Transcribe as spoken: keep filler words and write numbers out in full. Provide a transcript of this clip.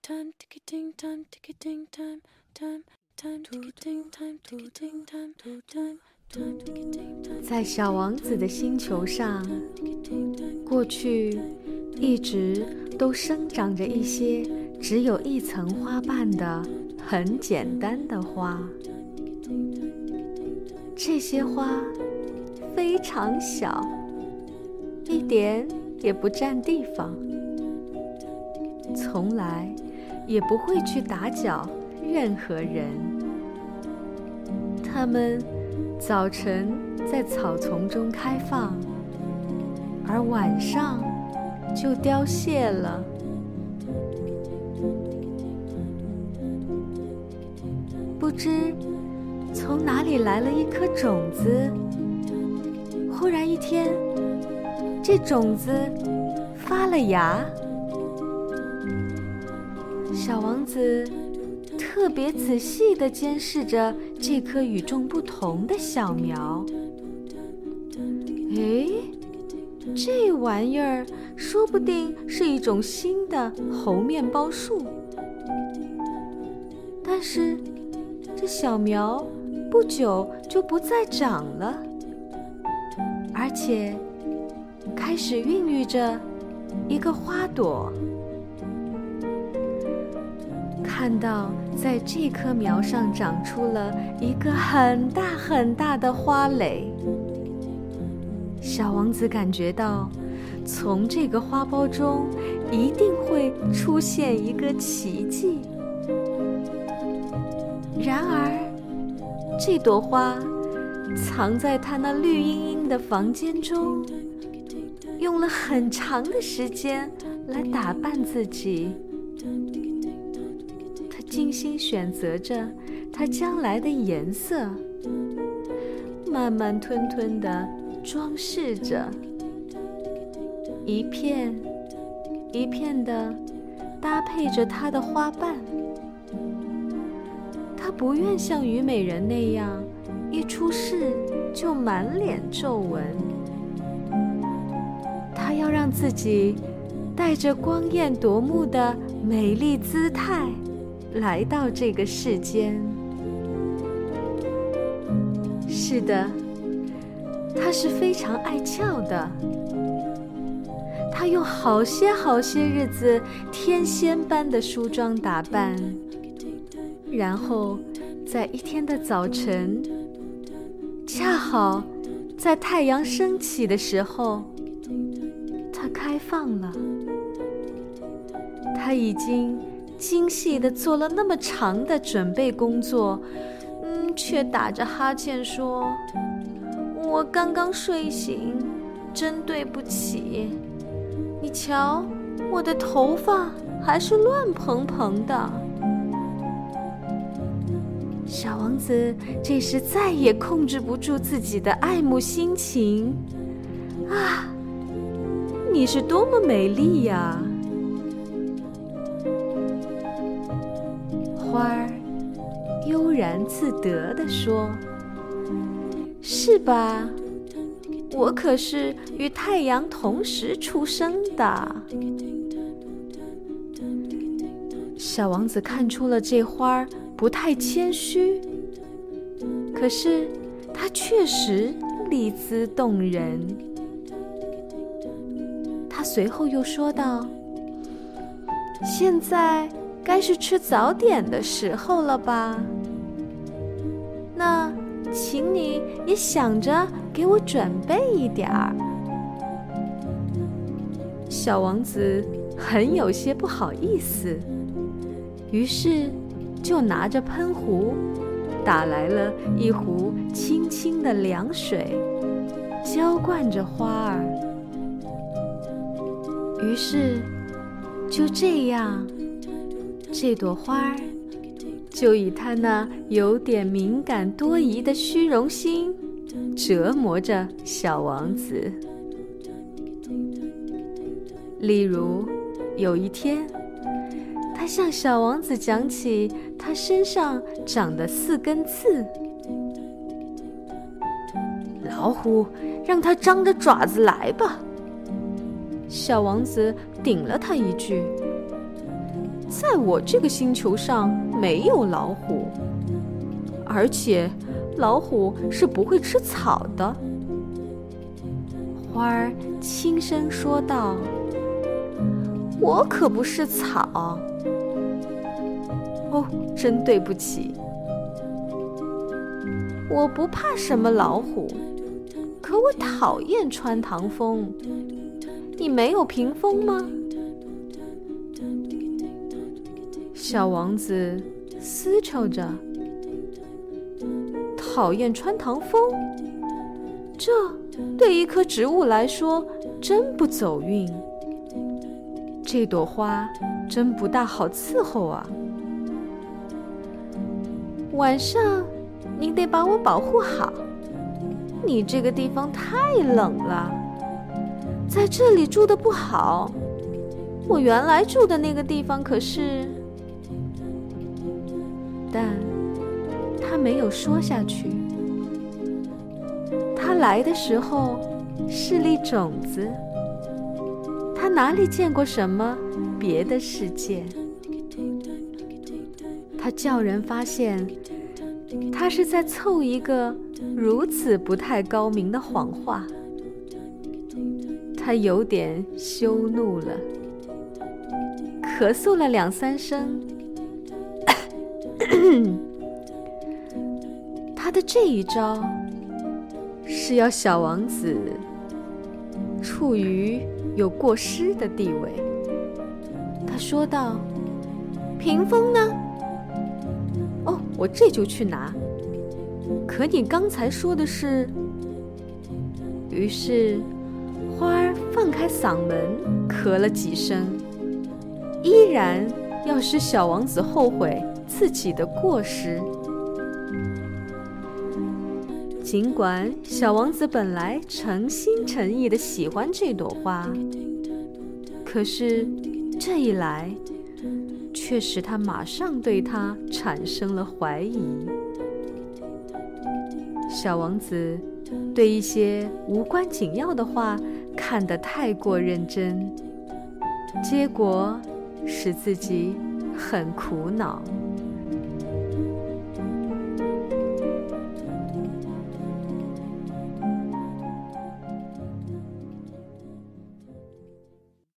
time, ticketing time, ticketing time, time, time, ticketing time, ticketing time, time, time, ticketing time。 在小王子的星球上，过去一直都生长着一些只有一层花瓣的很简单的花。这些花非常小，一点也不占地方，从来也不会去打搅任何人。它们早晨在草丛中开放，而晚上就凋谢了。不知从哪里来了一颗种子，忽然一天，这种子发了芽。小王子特别仔细地监视着这颗与众不同的小苗。诶，这玩意儿说不定是一种新的猴面包树。但是这小苗不久就不再长了，而且开始孕育着一个花朵。看到在这棵苗上长出了一个很大很大的花蕾，小王子感觉到从这个花苞中一定会出现一个奇迹。然而这朵花藏在他那绿茵茵的房间中，用了很长的时间来打扮自己。他精心选择着它将来的颜色，慢慢吞吞地装饰着，一片一片地搭配着它的花瓣。他不愿像虞美人那样一出世就满脸皱纹，他要让自己带着光艳夺目的美丽姿态来到这个世间。是的，他是非常爱俏的。他用好些好些日子天仙般的梳妆打扮，然后在一天的早晨，恰好在太阳升起的时候，它开放了。他已经精细地做了那么长的准备工作，嗯，却打着哈欠说：“我刚刚睡醒，真对不起。你瞧，我的头发还是乱蓬蓬的。”小王子这时再也控制不住自己的爱慕心情。啊，你是多么美丽呀！花儿悠然自得地说：“是吧？我可是与太阳同时出生的。”小王子看出了这花儿不太谦虚，可是它确实丽姿动人。他随后又说道：“现在该是吃早点的时候了吧？那请你也想着给我准备一点儿。”小王子很有些不好意思，于是就拿着喷壶打来了一壶清清的凉水，浇灌着花儿。于是就这样，这朵花儿就以它那有点敏感多疑的虚荣心折磨着小王子。例如有一天，他向小王子讲起他身上长的四根刺。老虎，让它张着爪子来吧！小王子顶了他一句。 在我这个星球上没有老虎，而且老虎是不会吃草的。花儿轻声说道：我可不是草。哦，真对不起。我不怕什么老虎，可我讨厌穿堂风。你没有屏风吗？小王子思忖着，讨厌穿堂风，这对一棵植物来说真不走运。这朵花真不大好伺候啊。晚上您得把我保护好，你这个地方太冷了，在这里住得不好。我原来住的那个地方可是……但他没有说下去。他来的时候是粒种子，他哪里见过什么别的世界？他叫人发现他是在凑一个如此不太高明的谎话。他有点羞怒了，咳嗽了两三声。他的这一招是要小王子处于有过失的地位。他说道：屏风呢？哦，我这就去拿。可你刚才说的是……于是花儿放开嗓门咳了几声，依然要使小王子后悔自己的过失。尽管小王子本来诚心诚意地喜欢这朵花，可是这一来却使他马上对它产生了怀疑。小王子对一些无关紧要的话看得太过认真，结果使自己很苦恼。